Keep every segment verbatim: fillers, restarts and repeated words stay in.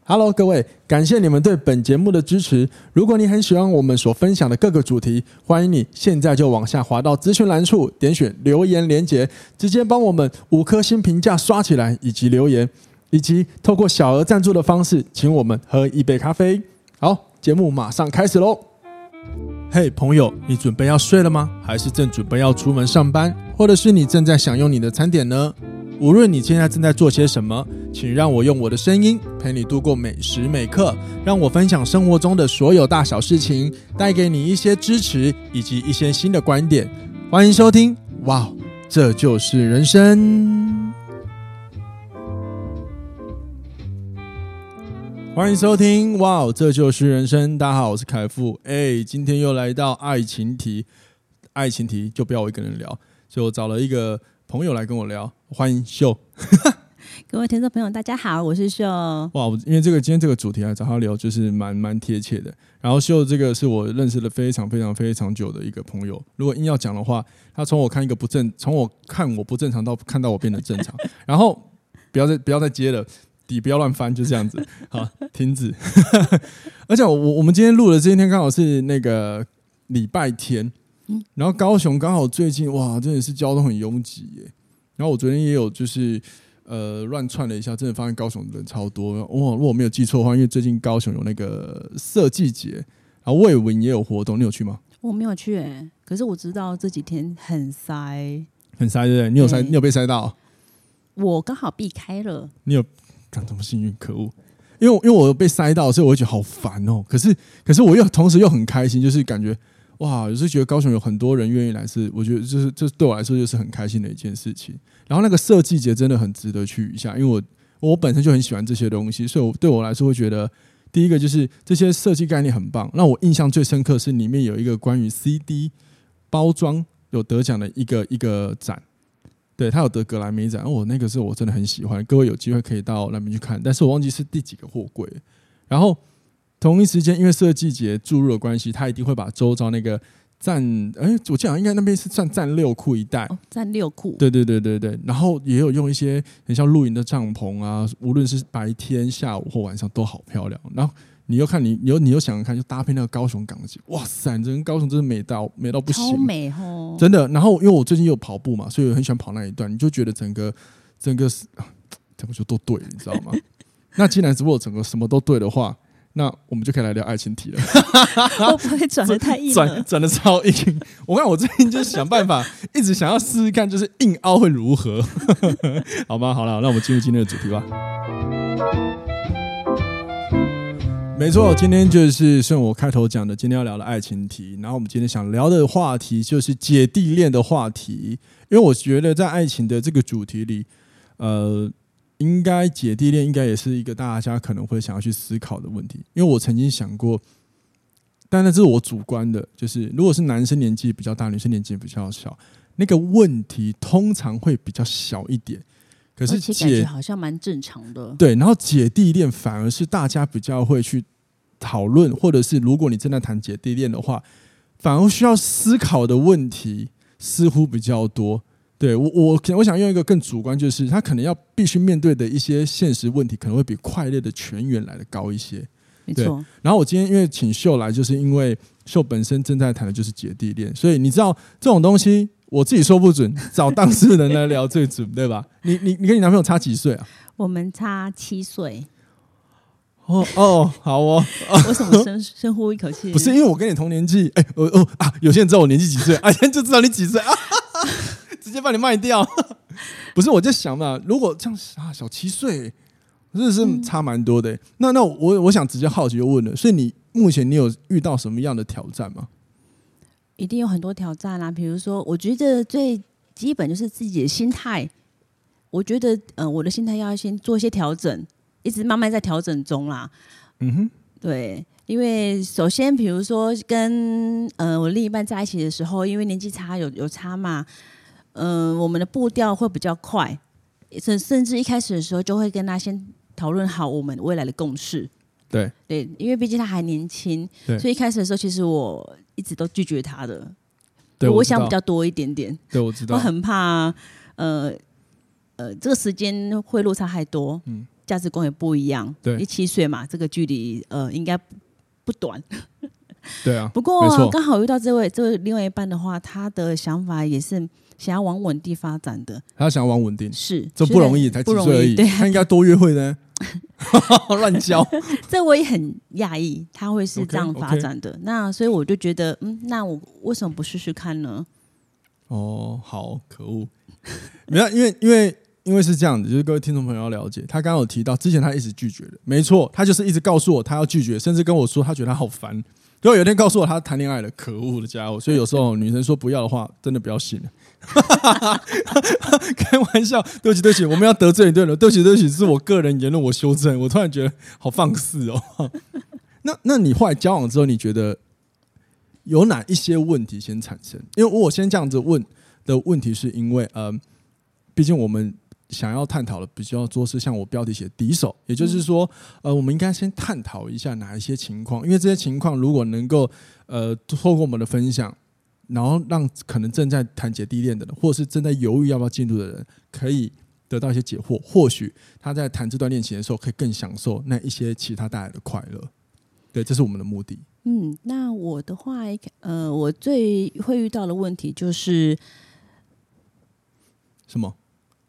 Hello， 各位，感谢你们对本节目的支持。如果你很喜欢我们所分享的各个主题，欢迎你现在就往下滑到资讯栏处，点选留言连结，直接帮我们五颗星评价刷起来，以及留言，以及透过小额赞助的方式，请我们喝一杯咖啡。好，节目马上开始喽！嘿，朋友，你准备要睡了吗？还是正准备要出门上班，或者是你正在享用你的餐点呢？无论你现在正在做些什么，请让我用我的声音陪你度过每时每刻，让我分享生活中的所有大小事情，带给你一些支持以及一些新的观点。欢迎收听，哇，这就是人生。欢迎收听，哇，这就是人生。大家好，我是凯富。哎，今天又来到爱情题，爱情题就不要我一个人聊，所以我找了一个朋友来跟我聊。欢迎秀。 各位听众朋友大家好，我是秀。 哇，因为这个今天这个主题来找他聊就是蛮蛮贴切的。然后秀这个是我认识了非常非常非常久的一个朋友，如果硬要讲的话，他从我看一个不正从我看我不正常到看到我变得正常。然后不要再不要再接了，底不要乱翻，就这样子。好，停止。而且我我们今天录的这一天刚好是那个礼拜天，然后高雄刚好最近哇真的是交通很拥挤耶。然后我昨天也有就是呃乱串了一下，真的发现高雄人超多。哇，如果我没有记错的话，因为最近高雄有那个设计节，然后卫文也有活动，你有去吗？ 我没有去哎、欸，可是我知道这几天很塞， 很塞对不对？你有塞？你有被塞到？ 我刚好避开了。 你有？干这么幸运，可恶！因为因为我被塞到，所以我会觉得好烦哦。可是可是我又同时又很开心，就是感觉。哇，有时候觉得高雄有很多人愿意来，是我觉得就是这对我来说就是很开心的一件事情。然后那个设计节真的很值得去一下，因为我我本身就很喜欢这些东西，所以我对我来说会觉得，第一个就是这些设计概念很棒。让我印象最深刻是里面有一个关于 C D 包装有得奖的一个一个展，对，他有得格莱美展，我、哦、那个是我真的很喜欢，各位有机会可以到那边去看，但是我忘记是第几个货柜。然后同一时间，因为设计节注入的关系，他一定会把周遭那个站，哎，我记得应该那边是算站六库一带， 哦，站六库， 对对对对对。然后也有用一些很像露营的帐篷啊，无论是白天、下午或晚上都好漂亮。然后你又看你，你又你又想想看，就搭配那个高雄港街，哇塞，这跟高雄真的美到美到不行， 超美哦，真的。然后因为我最近有跑步嘛，所以我很喜欢跑那一段，你就觉得整个整个整个就都对了，你知道吗？那既然如果整个什么都对的话，那我们就可以来聊爱情题了。 会不会转得太硬了？ 转转得超硬。我看我最近就是想办法，一直想要试试看，就是硬凹会如何。好吗？好了，那我们进入今天的主题吧。没错，今天就是顺我开头讲的，今天要聊的爱情题。然后我们今天想聊的话题就是姐弟恋的话题，因为我觉得在爱情的这个主题里，呃。应该姐弟恋应该也是一个大家可能会想要去思考的问题，因为我曾经想过，但那是我主观的，就是如果是男生年纪比较大，女生年纪比较小，那个问题通常会比较小一点。可是姐感觉好像蛮正常的， 对，然后姐弟恋反而是大家比较会去讨论，或者是如果你正在谈姐弟恋的话，反而需要思考的问题似乎比较多。对我，我可能我想用一个更主观，就是他可能要必须面对的一些现实问题，可能会比快乐的泉源来的高一些。 没错。 然后我今天因为请秀来，就是因为秀本身正在谈的就是姐弟恋，所以你知道这种东西，我自己说不准，找当事人来聊最准，对吧？你你你跟你男朋友差几岁啊？ 我们差七岁。 哦哦，好哦。 为什么深深呼一口气？ 不是因为我跟你同年纪，哎、欸，哦哦啊，有些人知道我年纪几岁，啊，现在就知道你几岁啊。直接把你卖掉。不是，我在想嘛，如果这样啊，小七岁真的是差蛮多的、欸嗯、那那我我想直接好奇就问了，所以你目前你有遇到什么样的挑战吗？ 一定有很多挑战啦，比如说我觉得最基本就是自己的心态，我觉得呃我的心态要先做一些调整，一直慢慢在调整中啦。嗯哼，对，因为首先比如说跟呃我另一半在一起的时候，因为年纪差有有差嘛，嗯、呃，我们的步调会比较快，甚甚至一开始的时候就会跟他先讨论好我们未来的共识。 对对，因为毕竟他还年轻，所以一开始的时候其实我一直都拒绝他的。对，我想比较多一点点。 对，我知道。 我很怕，呃呃，这个时间会落差太多。嗯， 价值观也不一样。 对， 七岁嘛，这个距离呃应该不短。 对啊， 不过刚好遇到这位这位另外一半的话，他的想法也是想要往稳定发展的。 他想要往稳定， 是这不容易，才几岁而已，他应该多约会呢。乱教， 这我也很讶异，他会是这样发展的。Okay, okay. 那所以我就觉得，嗯，那我为什么不试试看呢？ 哦，好，可恶！没有，因为因为因为是这样的，就是各位听众朋友要了解，他刚刚有提到，之前他一直拒绝的，没错，他就是一直告诉我他要拒绝，甚至跟我说他觉得他好烦。结果有一天告诉我他谈恋爱了，可恶的家伙！所以有时候女生说不要的话，真的不要信了。开玩笑，对不起对不起，我们要得罪你对了，对不起对不起，是我个人言论，我修正。我突然觉得好放肆哦。那那你后来交往之后，你觉得有哪一些问题先产生？因为我先这样子问的问题，是因为呃，毕竟我们想要探讨的比较多是像我标题写敌手，也就是说，呃，我们应该先探讨一下哪一些情况，因为这些情况如果能够呃透过我们的分享，然后让可能正在谈姐弟恋的人，或者是正在犹豫要不要进入的人，可以得到一些解惑，或许他在谈这段恋情的时候，可以更享受那一些其他带来的快乐。对，这是我们的目的。 嗯，那我的话，呃，我最会遇到的问题就是什么？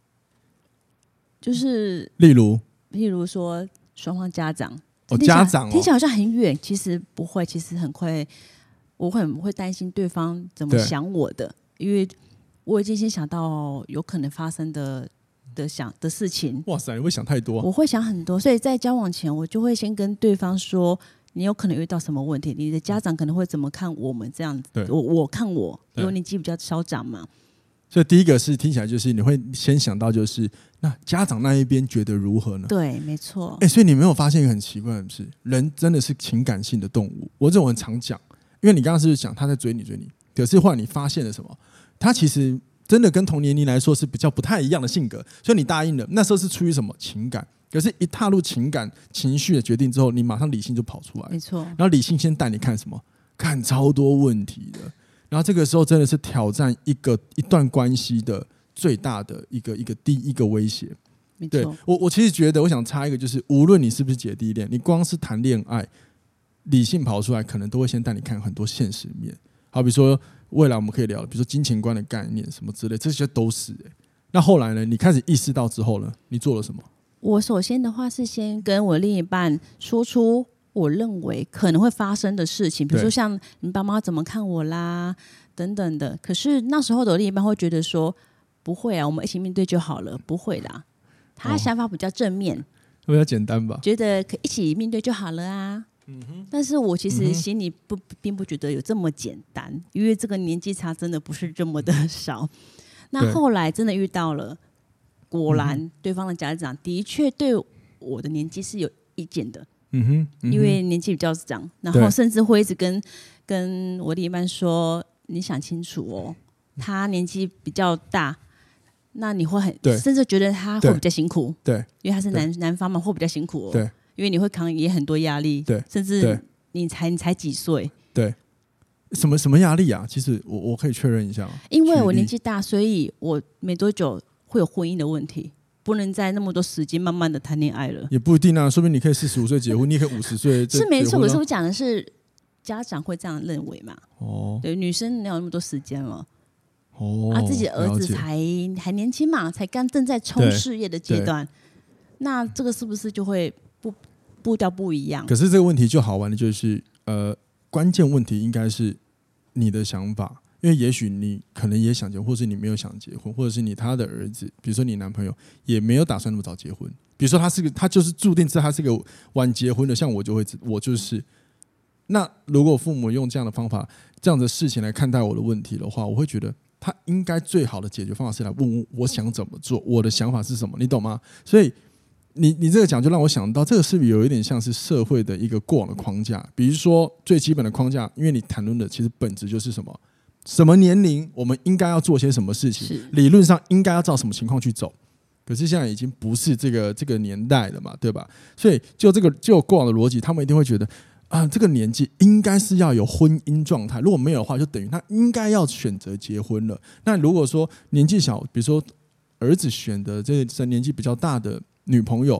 就是例如， 例如说双方家长， 哦，家长、哦、 听起来好像很远，其实不会，其实很快，我很会担心对方怎么想我的，因为我已经先想到有可能发生的的想的事情。 哇塞，你会想太多、啊， 我会想很多，所以在交往前，我就会先跟对方说，你有可能遇到什么问题，你的家长可能会怎么看我们这样子，我我看我，因为年纪比较稍长嘛。 所以第一个是听起来就是你会先想到就是那家长那一边觉得如何呢？ 对，没错。 哎、欸，所以你没有发现一个很奇怪的是，人真的是情感性的动物。我这种很常讲，因为你刚刚是不是讲他在追你追你，可是后来你发现了什么？他其实真的跟同年龄来说是比较不太一样的性格，所以你答应了，那时候是出于什么情感？可是，一踏入情感情绪的决定之后，你马上理性就跑出来， 没错。 然后理性先带你看什么？看超多问题的。然后这个时候真的是挑战一个一段关系的最大的一个一个第一个威胁。对，我我其实觉得，我想插一个，就是无论你是不是姐弟恋，你光是谈恋爱，理性跑出来，可能都会先带你看很多现实面。好比说未来我们可以聊，比如说金钱观的概念什么之类，这些都是、欸。那后来呢？你开始意识到之后呢？你做了什么？ 我首先的话是先跟我另一半说出我认为可能会发生的事情，比如说像你爸妈怎么看我啦等等的。可是那时候的另一半会觉得说不会啊，我们一起面对就好了，不会啦。他的想法比较正面，哦、 比较简单吧， 觉得可以一起面对就好了啊。嗯哼，但是我其实心里不、嗯、并不觉得有这么简单，因为这个年纪差真的不是这么的少。那后来真的遇到了，果然对方的家长的确对我的年纪是有意见的。嗯哼，嗯哼，因为年纪比较长，然后甚至会一直跟跟我另一半说：“你想清楚哦，他年纪比较大，那你会很甚至觉得他会比较辛苦，对，因为他是男男方嘛，会比较辛苦哦，对，因为你会扛也很多压力，对，甚至你才你才几岁， 对，什么什么压力啊？其实我我可以确认一下吗？ 因为我年纪大，所以我没多久会有婚姻的问题。”不能再那么多时间慢慢的谈恋爱了， 也不一定啊，说不定你可以四十五岁结婚，你也可以五十岁是没错。可是我讲的是家长会这样认为嘛？哦，对，女生哪有那么多时间了？哦，啊，自己的儿子才还年轻嘛，才刚正在冲事业的阶段，那这个是不是就会步步调不一样？ 可是这个问题就好玩的就是，呃，关键问题应该是你的想法。因为也许你可能也想结婚，或是你没有想结婚，或者是你他的儿子，比如说你男朋友也没有打算那么早结婚。比如说他是个，他就是注定他是个晚结婚的，像我就会，我就是。那如果父母用这样的方法、这样的事情来看待我的问题的话，我会觉得他应该最好的解决方法是来问我想怎么做，我的想法是什么，你懂吗？所以你你这个讲就让我想到，这个是不是有一点像是社会的一个过往的框架？比如说最基本的框架，因为你谈论的其实本质就是什么？什么年龄我们应该要做些什么事情？理论上应该要照什么情况去走？可是现在已经不是这个这个年代了嘛，对吧？所以就这个就过往的逻辑，他们一定会觉得啊，这个年纪应该是要有婚姻状态，如果没有的话，就等于他应该要选择结婚了。那如果说年纪小，比如说儿子选的这个年纪比较大的女朋友，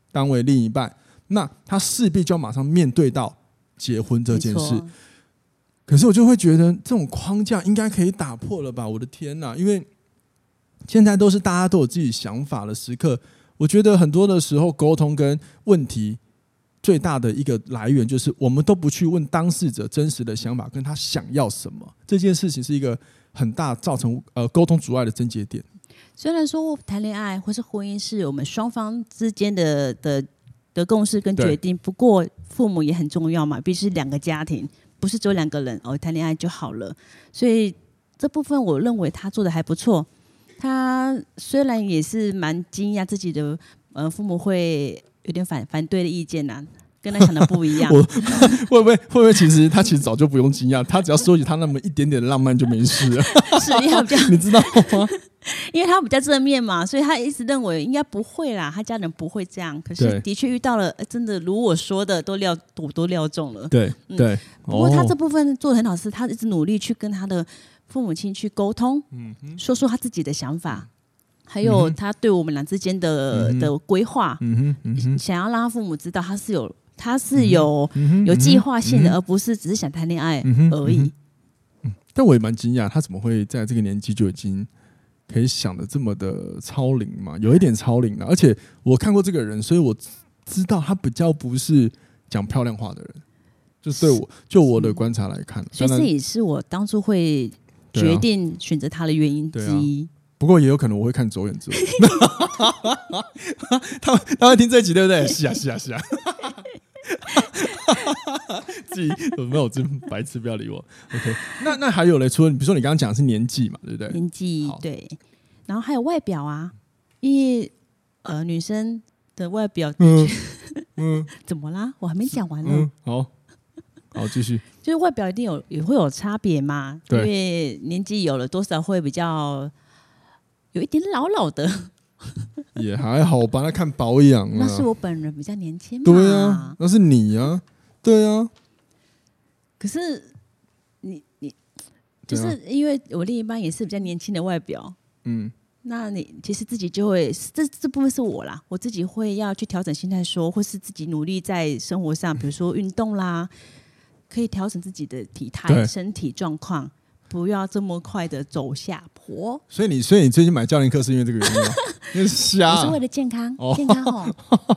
当为另一半，那他势必就要马上面对到结婚这件事。可是我就会觉得这种框架应该可以打破了吧？我的天哪！因为现在都是大家都有自己想法的时刻，我觉得很多的时候沟通跟问题最大的一个来源就是我们都不去问当事者真实的想法跟他想要什么，这件事情是一个很大造成呃沟通阻碍的症结点。 虽然说谈恋爱或是婚姻是我们双方之间的的的共识跟决定，不过父母也很重要嘛，毕竟是两个家庭，不是只有两个人哦谈恋爱就好了。所以这部分我认为他做的还不错。他虽然也是蛮惊讶自己的呃父母会有点反反对的意见呐、啊。跟他想的不一样， 我会不会会不会其实他其实早就不用惊讶，他只要收集他那么一点点的浪漫就没事了。 是，因为他比较你知道吗？ 因为他比较正面嘛，所以他一直认为应该不会啦，他家人不会这样。可是的确遇到了，真的如我说的，都料我都料中了。 对对、嗯。 不过他这部分做得很好，是他一直努力去跟他的父母亲去沟通，嗯、说说他自己的想法。还有他对我们俩之间的、嗯、的规划、嗯嗯，想要让他父母知道他是有他是有、嗯、有计划性的、嗯，而不是只是想谈恋爱而已。嗯嗯、但我也蛮惊讶，他怎么会在这个年纪就已经可以想的这么的超龄嘛？有一点超龄了，而且我看过这个人，所以我知道他比较不是讲漂亮话的人。就对我就我的观察来看， 所以这也是我当初会决定选择他的原因之一。 不过也有可能我会看走眼之后他, 他会听这一集对不对？是啊是啊是啊自己没有真白痴，不要理我。 OK， 那, 那还有嘞，除了比如说你刚刚讲的是年纪嘛，对不对？ 年纪对，然后还有外表啊，因为呃女生的外表嗯嗯怎么啦？我还没讲完呢、嗯、 好好继续。 就是外表一定有也会有差别嘛，因为年纪有了多少会比较有一点老老的也还好吧，那看保养啊。 那是我本人比较年轻嘛。 对啊，那是你啊，对啊。 可是你你就是因为我另一半也是比较年轻的外表，嗯，那你其实自己就会这这部分是我啦，我自己会要去调整心态说，或是自己努力在生活上，比如说运动啦，可以调整自己的体态、身体状况。不要这么快的走下坡。所以你，所以你最近买教练课是因为这个原因吗？因为瞎、啊， 我是为了健康，哦、健康哦。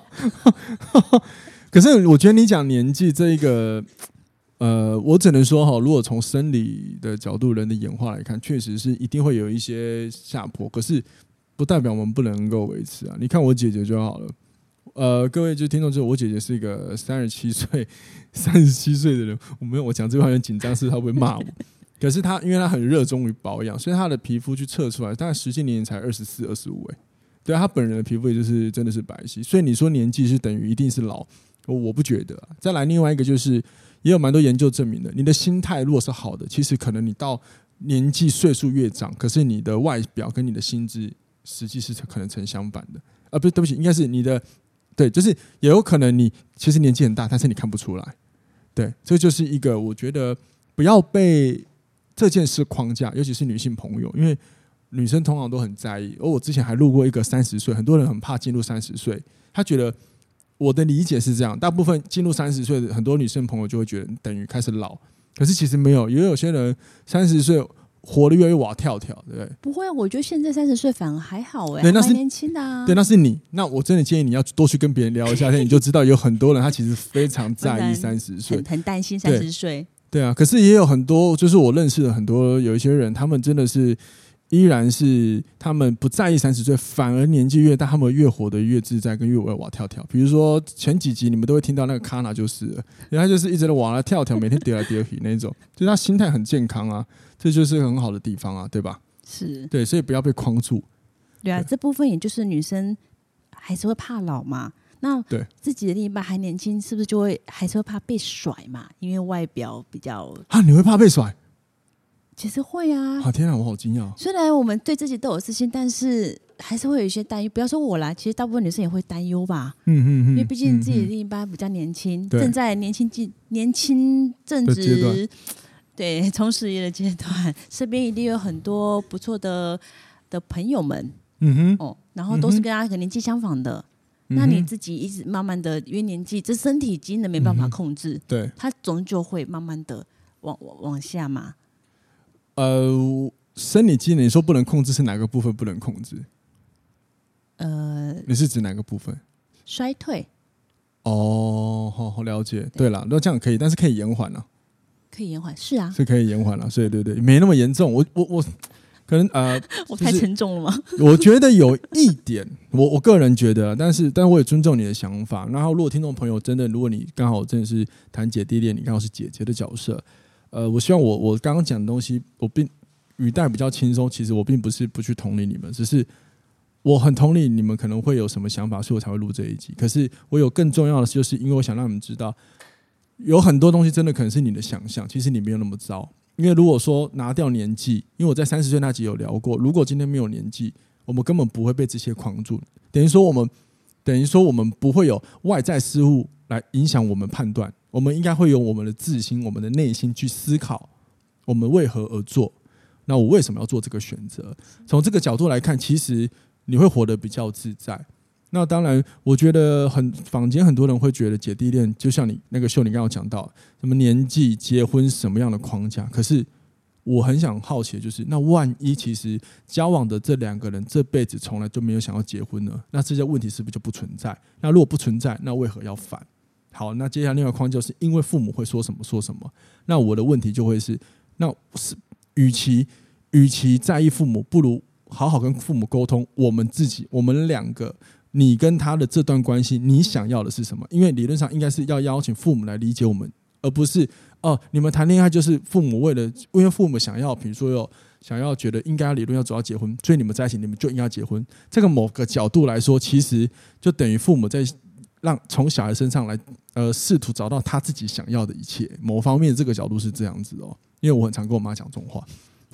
可是我觉得你讲年纪这一个，呃，我只能说哈，如果从生理的角度、人的演化来看，确实是一定会有一些下坡。可是不代表我们不能够维持啊。你看我姐姐就好了。呃，各位就听众之后，我姐姐是一个三十七岁、三十七岁的人。我没有，我讲这句话有点紧张，是她会骂我。可是他，因为他很热衷于保养，所以他的皮肤去测出来，大概实际年龄才二十四、二十五。哎，对啊，他本人的皮肤也就是真的是白皙。所以你说年纪是等于一定是老，我不觉得、啊。再来另外一个就是，也有蛮多研究证明的，你的心态如果是好的，其实可能你到年纪岁数越长，可是你的外表跟你的心智实际是可能成相反的。啊，不是，对不起，应该是你的，对，就是也有可能你其实年纪很大，但是你看不出来。对，这就是一个我觉得不要被这件事框架，尤其是女性朋友，因为女生通常都很在意。而我之前还录过一个三十岁，很多人很怕进入三十岁，他觉得我的理解是这样，大部分进入三十岁的很多女生朋友就会觉得等于开始老，可是其实没有，也有些人三十岁活得越来越哇跳跳，对不对？ 不会，我觉得现在三十岁反而还好哎、欸，还蛮年轻的啊。 对，那是你。那我真的建议你要多去跟别人聊一下天，你就知道有很多人他其实非常在意三十岁， 很很担心三十岁。 对啊，可是也有很多，就是我认识的很多有一些人，他们真的是依然是他们不在意三十岁，反而年纪越大，他们越活得越自在，跟越哇跳跳。比如说前几集你们都会听到那个卡娜就是了，因为他就是一直哇来跳跳，每天跌来跌去那种，就是他心态很健康啊，这就是很好的地方啊，对吧？ 是， 对，所以不要被框住。 对啊，对，这部分也就是女生还是会怕老嘛。那自己的另一半还年轻，是不是就会还是会怕被甩嘛？因为外表比较啊，你会怕被甩？ 其实会啊！ 啊，天啊，我好惊讶！ 虽然我们对自己都有自信，但是还是会有一些担忧。不要说我啦，其实大部分女生也会担忧吧。嗯嗯嗯，因为毕竟自己的另一半比较年轻，嗯、正在年轻年轻正值对从事业的阶段，身边一定有很多不错的的朋友们。嗯哼，哦，然后都是跟他可能年纪相仿的。 那你自己一直慢慢的，因为年纪这身体机能没办法控制，嗯、 对， 它终究会慢慢的往往下嘛。 呃，生理机能你说不能控制是哪个部分不能控制？ 呃， 你是指哪个部分？ 衰退。 哦，好，好了解。对了，那这样可以，但是可以延缓了。 可以延缓，是啊， 是可以延缓了。所以对对，没那么严重。我我我可能呃， 我太沉重了吗？ 我觉得有一点，我我个人觉得，但是但是我也尊重你的想法。然后，如果听众朋友真的，如果你刚好真的是谈姐弟恋，你刚好是姐姐的角色，呃，我希望我我刚刚讲的东西，我并语带比较轻松。其实我并不是不去同理你们，只是。我很同理你们可能会有什么想法，所以我才会录这一集。可是我有更重要的，就是因为我想让你们知道，有很多东西真的可能是你的想象，其实你没有那么糟。因为如果说拿掉年纪，因为我在三十岁那集有聊过，如果今天没有年纪，我们根本不会被这些框住。等于说我们，等于说我们不会有外在事物来影响我们判断，我们应该会有我们的自心、我们的内心去思考，我们为何而做。那我为什么要做这个选择？从这个角度来看，其实。你会活得比较自在。那当然，我觉得很坊间很多人会觉得姐弟恋，就像你那个秀，你刚刚讲到什么年纪、结婚什么样的框架。可是我很想好奇的就是，那万一其实交往的这两个人这辈子从来就没有想要结婚呢？那这些问题是不是就不存在？那如果不存在，那为何要反？好，那接下来另外框架是因为父母会说什么说什么。那我的问题就会是，那是与其与其在意父母，不如。好好跟父母沟通，我们自己，我们两个，你跟他的这段关系，你想要的是什么？因为理论上应该是要邀请父母来理解我们，而不是哦，你们谈恋爱就是父母为了，因为父母想要，比如说有想要觉得应该理论要走到结婚，所以你们在一起，你们就应该结婚。这个某个角度来说，其实就等于父母在让从小孩身上来，呃，试图找到他自己想要的一切。某方面这个角度是这样子哦，因为我很常跟我妈讲这种话。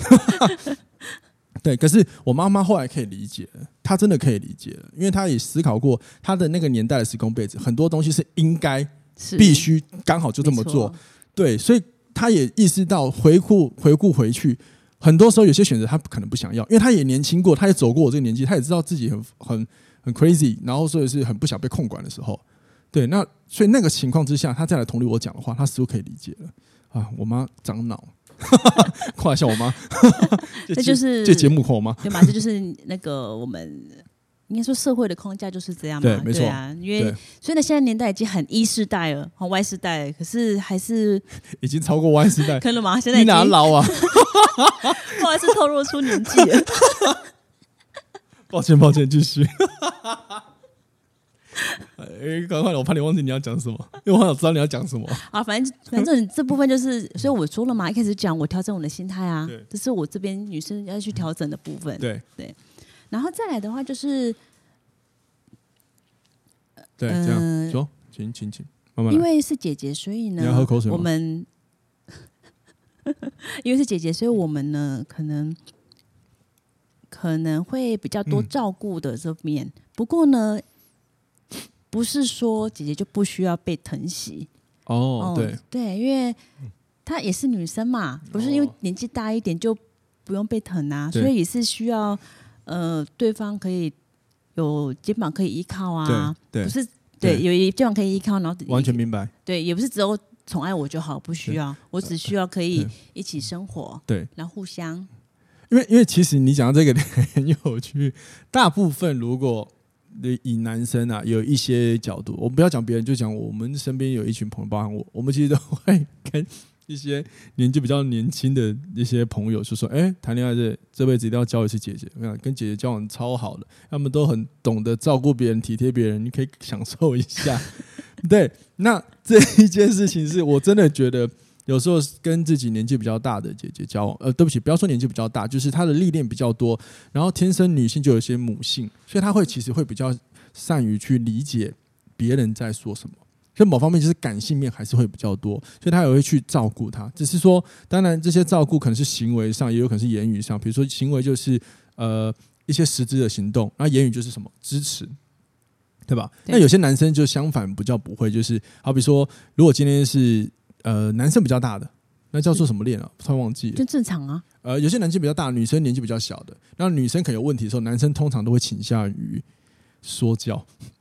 对，可是我妈妈后来可以理解了，她真的可以理解了，因为她也思考过她的那个年代的时空背景，很多东西是应该、必须、刚好就这么做。对，所以她也意识到回顾回顾回去，很多时候有些选择她可能不想要，因为她也年轻过，她也走过我这个年纪，她也知道自己很很很 crazy， 然后所以是很不想被控管的时候。对，那所以那个情况之下，她再来同理我讲的话，她似乎可以理解了。啊，我妈长脑。夸一下我妈， 这就是这节目口吗？ 对嘛？这就是那个我们应该说社会的框架就是这样嘛。 对，没错。 对啊，因为所以呢，现在年代已经很 E 世代了，很 Y 世代了，可是还是已经超过 Y 世代， 可能吗？现在已经你哪老啊？ 不好意思，透露出年纪了。 抱歉，抱歉，继续。哎，赶快！我怕你忘记你要讲什么，因为我想知道你要讲什么。 啊，反正反正这部分就是，所以我说了嘛，一开始讲我调整我的心态啊，这是我这边女生要去调整的部分。 对对，然后再来的话就是， 对，这样说，请请请，慢慢来。 因为是姐姐，所以呢， 你要喝口水吗？ 我们因为是姐姐，所以我们呢，可能可能会比较多照顾的这面。嗯、不过呢。不是说姐姐就不需要被疼惜哦，对、嗯、 对，因为她也是女生嘛，不是因为年纪大一点就不用被疼啊，所以也是需要呃对方可以有肩膀可以依靠啊， 对， 不是对有一肩膀可以依靠，然后完全明白， 对，也不是只有宠爱我就好，不需要，我只需要可以一起生活， 对， 然后互相， 因为因为其实你讲到这个很有趣，大部分如果。以男生啊，有一些角度，我不要讲别人，就讲我们身边有一群朋友，包含我，我们其实都会跟一些年纪比较年轻的一些朋友就说：“哎、欸，谈恋爱这这辈子一定要交一次姐姐，跟姐姐交往超好的，他们都很懂得照顾别人、体贴别人，你可以享受一下。”对，那这一件事情是我真的觉得。有时候跟自己年纪比较大的姐姐交往，呃，对不起，不要说年纪比较大，就是她的历练比较多，然后天生女性就有一些母性，所以她会其实会比较善于去理解别人在说什么，所以某方面就是感性面还是会比较多，所以她也会去照顾她。只是说，当然这些照顾可能是行为上，也有可能是言语上，比如说行为就是呃一些实质的行动，那言语就是什么支持。对吧？对，那有些男生就相反比较不会，就是好比说，如果今天是呃男生比较大的，那叫做什么恋啊？突然忘记了， 就正常啊。 呃，有些男生比较大，女生年纪比较小的，然后女生可能有问题的时候，男生通常都会倾向于说教，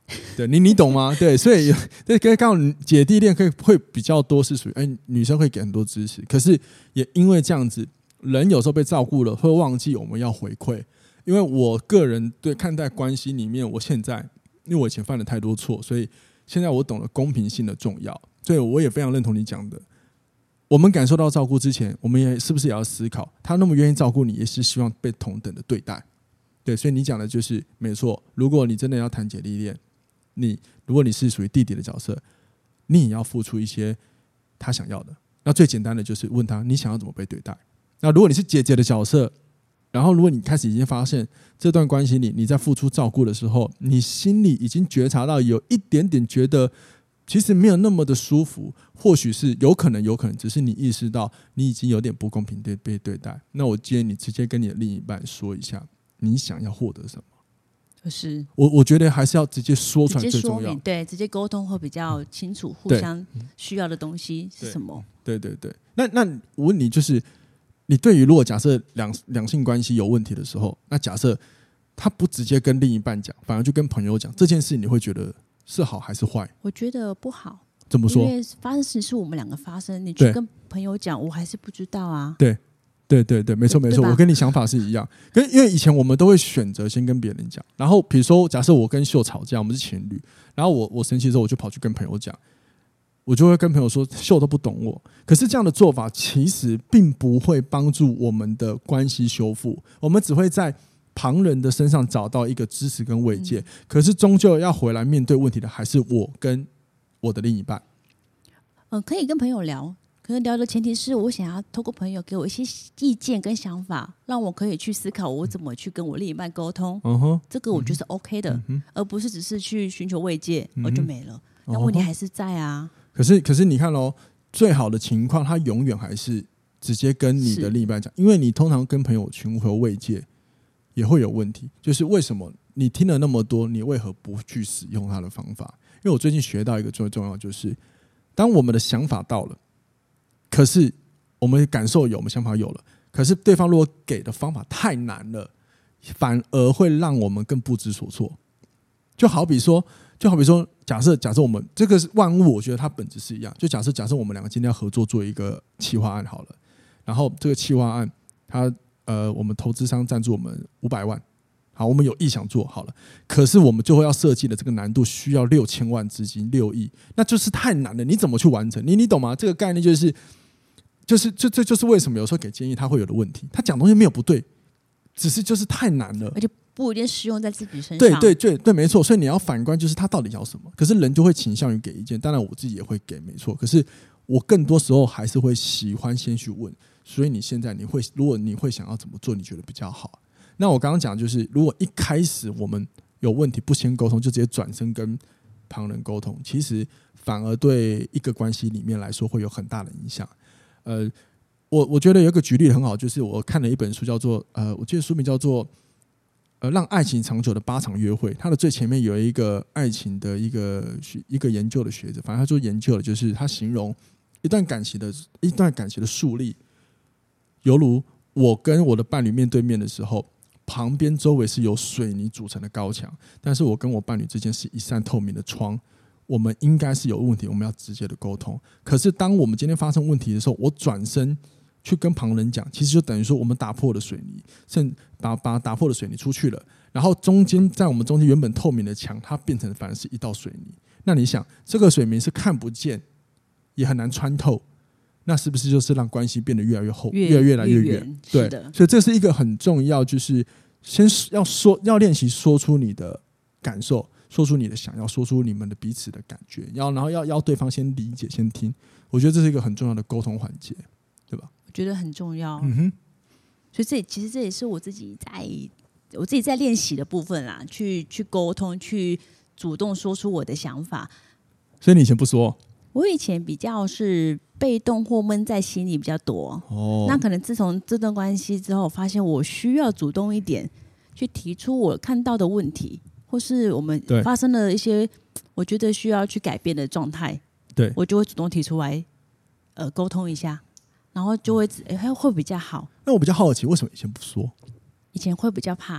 对你你懂吗？对，所以对刚好姐弟恋可以会比较多是属于哎女生会给很多支持，可是也因为这样子，人有时候被照顾了会忘记我们要回馈。因为我个人对看待关系里面，我现在因为我以前犯了太多错，所以现在我懂了公平性的重要，所以我也非常认同你讲的。我们感受到照顾之前，我们也是不是也要思考，他那么愿意照顾你，也是希望被同等的对待。对，所以你讲的就是没错。如果你真的要谈姐弟恋，你如果你是属于弟弟的角色，你也要付出一些他想要的。那最简单的就是问他，你想要怎么被对待？那如果你是姐姐的角色，然后如果你开始已经发现这段关系里你在付出照顾的时候，你心里已经觉察到有一点点觉得其实没有那么的舒服，或许是有可能有可能只是你意识到你已经有点不公平对被对待，那我建议你直接跟你的另一半说一下你想要获得什么。 是我我觉得还是要直接说出来最重要， 对，直接沟通会比较清楚，互相需要的东西是什么。 对对 对, 对，那那我问你，就是你对于如果假设两两性关系有问题的时候，那假设他不直接跟另一半讲，反而就跟朋友讲这件事，你会觉得是好还是坏？ 我觉得不好。 怎么说？ 因为发生事是我们两个发生，你去跟朋友讲，我还是不知道啊。 对对对对，没错没错，我跟你想法是一样。跟因为以前我们都会选择先跟别人讲，然后比如说假设我跟秀吵架，我们是情侣，然后我我生气的时候，我就跑去跟朋友讲，我就会跟朋友说秀都不懂我。可是这样的做法其实并不会帮助我们的关系修复，我们只会在旁人的身上找到一个支持跟慰藉，嗯、可是终究要回来面对问题的还是我跟我的另一半。 嗯、呃，可以跟朋友聊。可是聊的前提是我想要透过朋友给我一些意见跟想法，让我可以去思考我怎么去跟我另一半沟通。Uh-huh, 这个我觉得是 OK 的， uh-huh, 而不是只是去寻求慰藉，而、uh-huh, 就没了。那问题还是在啊。 可是可是你看咯，最好的情况，他永远还是直接跟你的另一半讲，因为你通常跟朋友寻求慰藉也会有问题，就是为什么你听了那么多，你为何不去使用他的方法？因为我最近学到一个最重要，就是当我们的想法到了。可是我们感受有，我们想法有了，可是对方如果给的方法太难了，反而会让我们更不知所措。就好比说，就好比说，假设假设我们这个是万物，我觉得它本质是一样。就假设假设我们两个今天要合作做一个企划案好了，然后这个企划案，它呃，我们投资商赞助我们五百万，好，我们有意想做好了，可是我们最后要设计的这个难度需要六千万资金，六亿，那就是太难了。你怎么去完成？你你懂吗？这个概念就是。就是这这就是为什么有时候给建议他会有的问题，他讲东西没有不对，只是就是太难了， 而且不一定适用在自己身上。 对对对对，没错。所以你要反观，就是他到底要什么？可是人就会倾向于给意见，当然我自己也会给，没错。可是我更多时候还是会喜欢先去问。所以你现在你会，如果你会想要怎么做，你觉得比较好？那我刚刚讲就是，如果一开始我们有问题不先沟通，就直接转身跟旁人沟通，其实反而对一个关系里面来说会有很大的影响。呃，我我觉得有一个举例很好，就是我看了一本书，叫做呃，我记得书名叫做呃，让爱情长久的八场约会。它的最前面有一个爱情的一个一个研究的学者，反正他做研究的就是他形容一段感情的一段感情的树立，犹如我跟我的伴侣面对面的时候，旁边周围是由水泥组成的高墙，但是我跟我伴侣之间是一扇透明的窗。我们应该是有问题，我们要直接的沟通。可是当我们今天发生问题的时候，我转身去跟旁人讲，其实就等于说我们打破了水泥，甚至把把打破了水泥出去了，然后中间在我们中间原本透明的墙，它变成反而是一道水泥。那你想，这个水泥是看不见，也很难穿透，那是不是就是让关系变得越来越厚，越, 越, 越来越远？对，所以这是一个很重要，就是先要说要练习说出你的感受。说出你的想要，说出你们的彼此的感觉，要然后要要对方先理解、先听，我觉得这是一个很重要的沟通环节，对吧？ 我觉得很重要。 嗯哼， 所以这其实这也是我自己在我自己在练习的部分啦，去去沟通，去主动说出我的想法。 所以你以前不说？ 我以前比较是被动或闷在心里比较多。哦，那可能自从这段关系之后，发现我需要主动一点，去提出我看到的问题。或是我们发生了一些我觉得需要去改变的状态，对，我就会主动提出来，呃，沟通一下，然后就会、欸、会比较好。 那我比较好奇，为什么以前不说？ 以前会比较怕，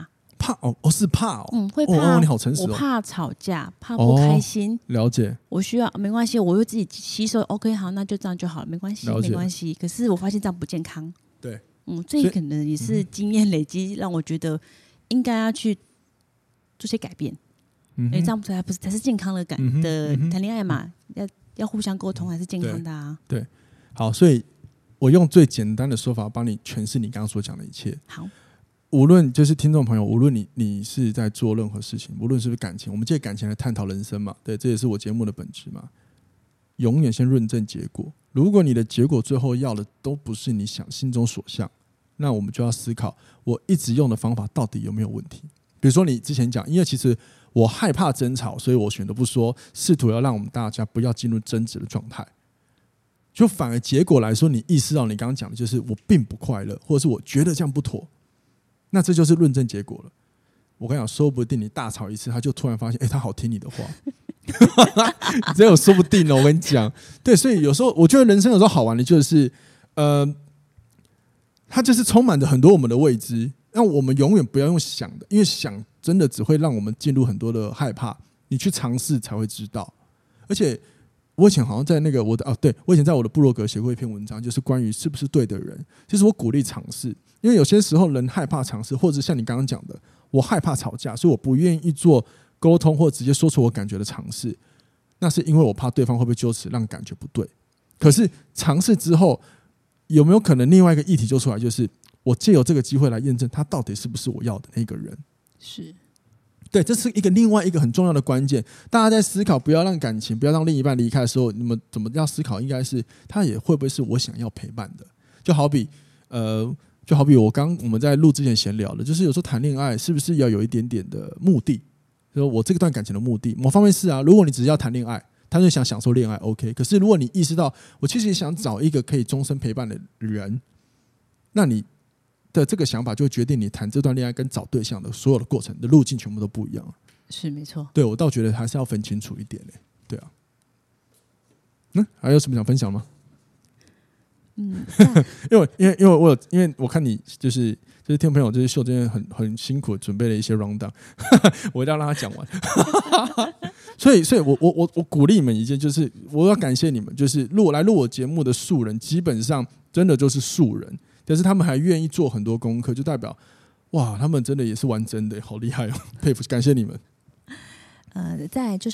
怕哦，哦是怕哦， 嗯，会怕。 哦哦，你好诚实哦。 我怕吵架，怕不开心。 哦、了解。 我需要没关系，我会自己吸收。OK， 好，那就这样就好了，没关系，没关系。可是我发现这样不健康。 对， 嗯，这可能也是经验累积，让我觉得应该要去做些改变。嗯，这样才不是才是健康的感、嗯、的谈恋爱嘛？嗯、要要互相沟通，还是健康的啊？ 对，对好，所以我用最简单的说法帮你诠释你刚刚所讲的一切。 好。 无论就是听众朋友，无论你你是在做任何事情，无论是不是感情，我们借感情来探讨人生嘛，对，这也是我节目的本质嘛。永远先论证结果，如果你的结果最后要的都不是你想心中所向，那我们就要思考，我一直用的方法到底有没有问题。比如说你之前讲，因为其实我害怕争吵，所以我选择不说，试图要让我们大家不要进入争执的状态。就反而结果来说，你意识到你刚刚讲的就是我并不快乐，或者是我觉得这样不妥。那这就是论证结果了。我跟你讲，说不定你大吵一次，他就突然发现，哎、欸，他好听你的话。这有说不定哦，我跟你讲。对，所以有时候我觉得人生有时候好玩的就是，呃，它就是充满着很多我们的未知。那我们永远不要用想的，因为想真的只会让我们进入很多的害怕。你去尝试才会知道。而且我以前好像在那个我的啊，对我以前在我的部落格写过一篇文章，就是关于是不是对的人。其实我鼓励尝试。因为有些时候人害怕尝试，或者像你刚刚讲的，我害怕吵架，所以我不愿意做沟通或直接说出我感觉的尝试。那是因为我怕对方会不会就此让感觉不对。可是尝试之后，有没有可能另外一个议题就出来，就是我借由这个机会来验证他到底是不是我要的那个人？ 是， 对，这是一个另外一个很重要的关键。大家在思考不要让感情，不要让另一半离开的时候，你们怎么要思考？应该是他也会不会是我想要陪伴的？就好比呃。就好比我刚我们在录之前闲聊的，就是有时候谈恋爱是不是要有一点点的目的？就是我这个段感情的目的，某方面是啊。如果你只是要谈恋爱，他就想享受恋爱 ，OK。可是如果你意识到我其实想找一个可以终身陪伴的人，那你的这个想法就会决定你谈这段恋爱跟找对象的所有的过程的路径全部都不一样。 是没错。 对，我倒觉得还是要分清楚一点嘞、欸。对啊。嗯，还有什么想分享吗？ 嗯， 因为因为因为我有因为我看你就是就是听众朋友就是秀这边很很辛苦准备了一些 round down， 我一定要让他讲完。所以所以我我我我鼓励你们一件，就是我要感谢你们，就是录来录我节目的素人，基本上真的就是素人，但是他们还愿意做很多功课，就代表哇，他们真的也是玩真的，好厉害哦，佩服，感谢你们。 呃，再来就是，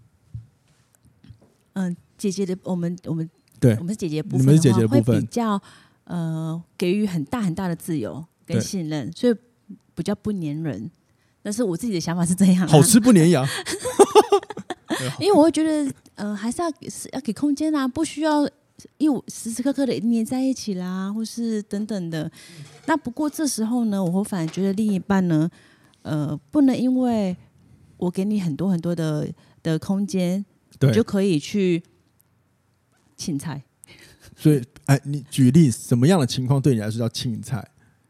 嗯、呃，姐姐的我们我们。 对， 我们是姐姐的部分的话， 你们是姐姐的部分， 会比较呃给予很大很大的自由跟信任，所以比较不黏人。但是我自己的想法是这样、啊， 好吃不粘牙。 因为我会觉得，呃，还是要是要给空间啊，不需要因为时时刻刻的黏在一起啦，或是等等的。那不过这时候呢，我反而觉得另一半呢，呃，不能因为我给你很多很多的的空间，你就可以去。青菜， 所以，哎，你举例什么样的情况对你来说叫青菜？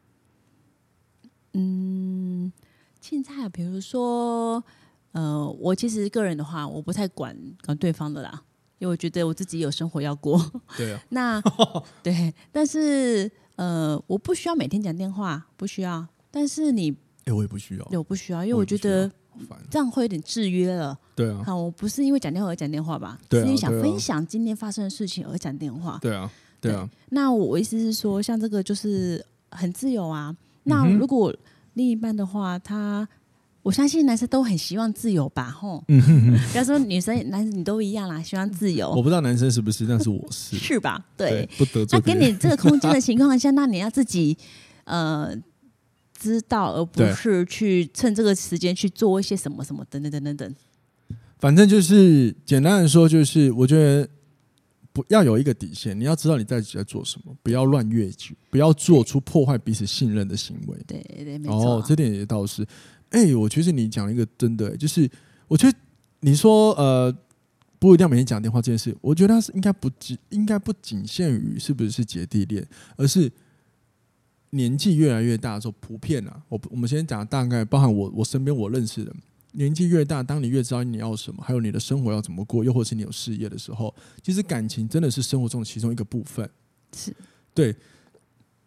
嗯，青菜，比如说，呃，我其实个人的话，我不太管管对方的啦，因为我觉得我自己有生活要过。 对啊， 那对，但是呃，我不需要每天讲电话，不需要。但是你，哎、 欸，我也不需要， 对，我不需要，因为我觉得。这样会有点制约了。 对啊， 好，我不是因为讲电话而讲电话吧？ 对啊， 是因为想分享今天发生的事情而讲电话。 对啊，对啊。 对，那我意思是说，像这个就是很自由啊。那如果另一半的话，他我相信男生都很希望自由吧？吼，嗯哼哼，不要说女生、男生你都一样啦，希望自由。 我不知道男生是不是，但是我是是吧？对， 对不得罪。 那给你这个空间的情况下，那你要自己呃。知道，而不是去趁这个时间去做一些什么什么等等等等等。 反正就是简单的说，就是我觉得不要有一个底线，你要知道你在在做什么，不要乱越矩，不要做出破坏彼此信任的行为。 对对，没错。 哦，这点也倒是。哎、欸，我觉得你讲一个真的、欸，就是我觉得你说呃，不一定要每天讲电话这件事，我觉得它是应该不应该不仅限于是不是姐弟恋，而是。年纪越来越大的时候，普遍啊，我我们先讲大概，包含我我身边我认识的人，年纪越大，当你越知道你要什么，还有你的生活要怎么过，又或是你有事业的时候，其实感情真的是生活中的其中一个部分。 是， 对。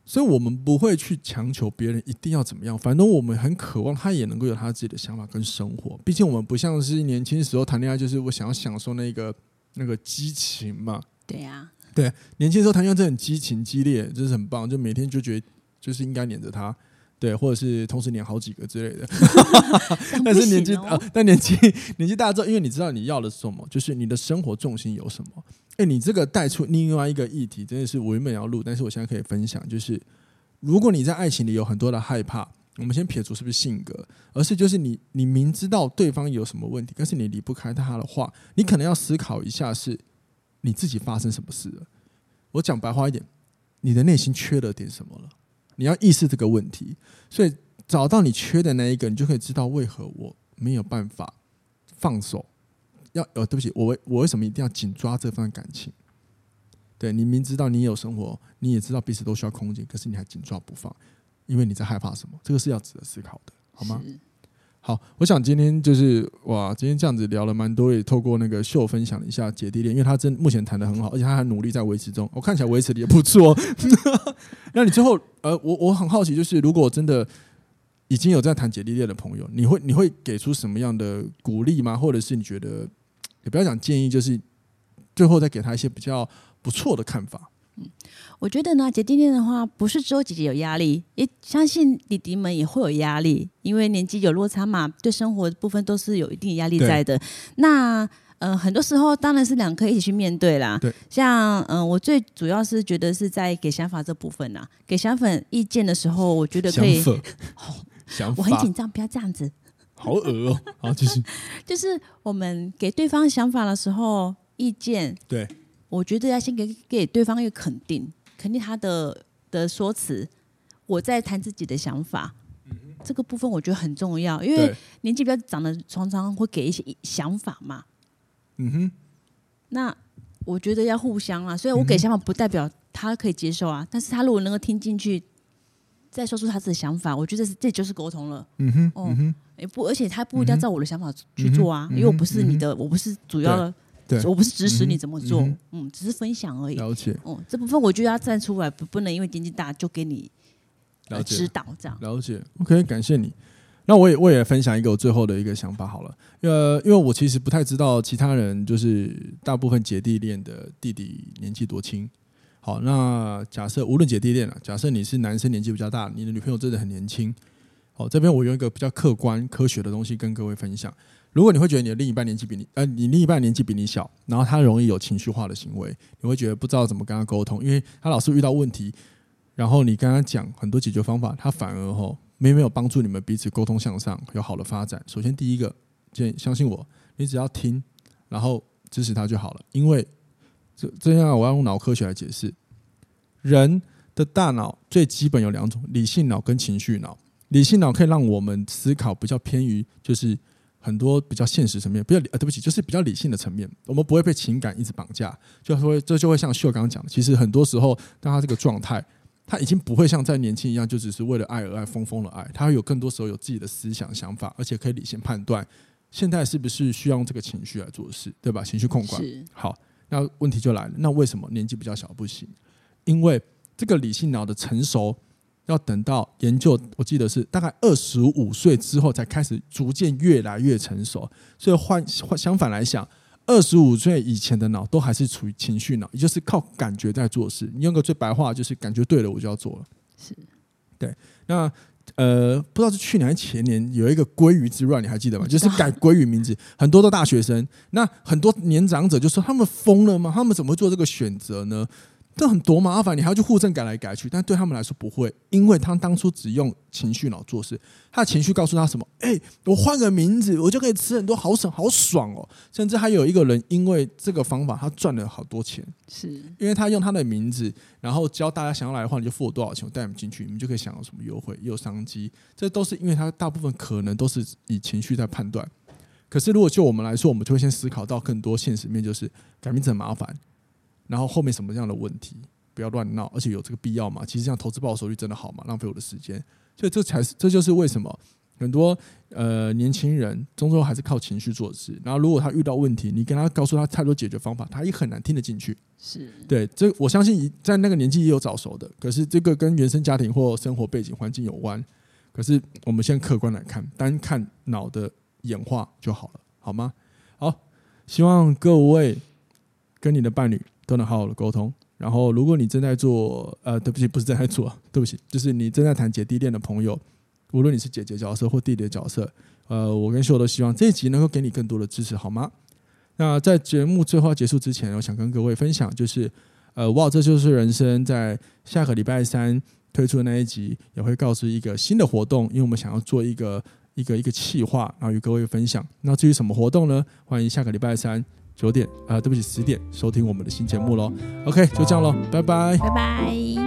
所以我们不会去强求别人一定要怎么样，反正我们很渴望他也能够有他自己的想法跟生活。毕竟我们不像是年轻时候谈恋爱，就是我想要享受那个那个激情嘛。 对啊， 对，年轻时候谈恋爱真的很激情激烈，就是很棒，就每天就觉得就是应该黏着他。对，或者是同时黏好几个之类的，但是年纪、哦呃、但年纪年纪大之后，因为你知道你要的是什么，就是你的生活重心有什么。哎，你这个带出另外一个议题，真的是我原本要录，但是我现在可以分享，就是如果你在爱情里有很多的害怕，我们先撇除是不是性格，而是就是你你明知道对方有什么问题，但是你离不开他的话，你可能要思考一下，是你自己发生什么事了。我讲白话一点，你的内心缺了点什么了。你要意识这个问题，所以找到你缺的那一个，你就可以知道为何我没有办法放手。要呃，对不起，我我为什么一定要紧抓这份感情？对，你明知道你有生活，你也知道彼此都需要空间，可是你还紧抓不放，因为你在害怕什么？这个是要值得思考的，好吗？好，我想今天就是哇，今天这样子聊了蛮多，也透过那个秀分享了一下姐弟恋，因为他真目前谈得很好，而且他还努力在维持中，我看起来维持的也不错。那你最后呃，我我很好奇，就是如果真的已经有在谈姐弟恋的朋友，你会你会给出什么样的鼓励吗？或者是你觉得也不要讲建议，就是最后再给他一些比较不错的看法。 嗯，我觉得呢，姐弟恋的话，不是只有姐姐有压力，也相信弟弟们也会有压力，因为年纪有落差嘛，对生活的部分都是有一定压力在的。那呃，很多时候当然是两个一起去面对啦。 对， 像嗯、呃，我最主要是觉得是在给想法这部分啦，给想法意见的时候，我觉得可以。 想法，哦、想法， 我很紧张，不要这样子。 好恶哦！好，继续。 就是我们给对方想法的时候，意见。 对。 我觉得要先给给对方一个肯定，肯定他的的说辞，我在谈自己的想法、嗯，这个部分我觉得很重要，因为年纪比较长的常常会给一些想法嘛。嗯哼，那我觉得要互相啦，所以我给想法不代表他可以接受啊，嗯、但是他如果能够听进去，再说出他自己的想法，我觉得这就是沟通了。嗯哼，哦、嗯哼，也不，而且他不一定要照我的想法去做啊，嗯、因为我不是你的，嗯、我不是主要的。对，我不是指使你怎么做，嗯，嗯，只是分享而已。 了解， 嗯，这部分我觉得要站出来，不不能因为年纪大就给你了解指导这样。 了解 ，OK， 感谢你。那我也我也分享一个我最后的一个想法好了，呃，因为我其实不太知道其他人，就是大部分姐弟恋的弟弟年纪多轻。好，那假设无论姐弟恋了，假设你是男生年纪比较大，你的女朋友真的很年轻，好，这边我用一个比较客观科学的东西跟各位分享。如果你会觉得你的另一半年纪比你，呃，你另一半年纪比你小，然后他容易有情绪化的行为，你会觉得不知道怎么跟他沟通，因为他老是遇到问题，然后你跟他讲很多解决方法，他反而吼没没有帮助你们彼此沟通向上，有好的发展。首先第一个，相信我，你只要听，然后支持他就好了，因为这这样我要用脑科学来解释，人的大脑最基本有两种，理性脑跟情绪脑。理性脑可以让我们思考比较偏于就是很多比较现实层面，比较、呃、对不起，就是比较理性的层面，我们不会被情感一直绑架，就会这就会像秀刚刚讲的，其实很多时候当他这个状态，他已经不会像在年轻一样，就只是为了爱而爱，疯疯的爱，他有更多时候有自己的思想想法，而且可以理性判断现在是不是需要用这个情绪来做事，对吧？情绪控管好，那问题就来了，那为什么年纪比较小不行？因为这个理性脑的成熟要等到研究，我记得是大概二十五岁之后才开始逐渐越来越成熟，所以换相反来想，二十五岁以前的脑都还是处于情绪脑，也就是靠感觉在做事。你用个最白话，就是感觉对了我就要做了。 是， 对。那呃，不知道是去年还是前年有一个鲑鱼之乱，你还记得吗？就是改鲑鱼名字，很多都大学生。那很多年长者就说他们疯了吗？他们怎么会做这个选择呢？这很多麻烦，你还要去户政改来改去，但对他们来说不会，因为他当初只用情绪脑做事，他的情绪告诉他什么？哎、欸，我换个名字，我就可以吃很多，好省，好爽哦！甚至还有一个人因为这个方法，他赚了好多钱， 是因为他用他的名字，然后教大家想要来的话，你就付我多少钱，我带你们进去，你们就可以享有什么优惠，也有商机。这都是因为他大部分可能都是以情绪在判断。可是如果就我们来说，我们就会先思考到更多现实面，就是改名字很麻烦。然后后面什么样的问题，不要乱闹，而且有这个必要吗？其实这样投资报酬率真的好吗？浪费我的时间，所以这才是这就是为什么很多呃年轻人终究还是靠情绪做事，然后如果他遇到问题，你跟他告诉他太多解决方法，他也很难听得进去。 是对，这我相信在那个年纪也有早熟的，可是这个跟原生家庭或生活背景环境有关。可是我们先客观来看，单看脑的演化就好了，好吗？好，希望各位跟你的伴侣都能好好的沟通。然后，如果你正在做，呃，对不起，不是正在做，对不起，就是你正在谈姐弟恋的朋友，无论你是姐姐角色或弟弟的角色，呃，我跟秀都希望这一集能够给你更多的支持，好吗？那在节目最后结束之前，我想跟各位分享，就是呃，哇，这就是人生在下个礼拜三推出的那一集，也会告知一个新的活动，因为我们想要做一个一个一个企划，然后与各位分享。那至于什么活动呢？欢迎下个礼拜三九点啊、呃，对不起，十点收听我们的新节目咯。OK， 就这样咯，拜拜， 拜拜。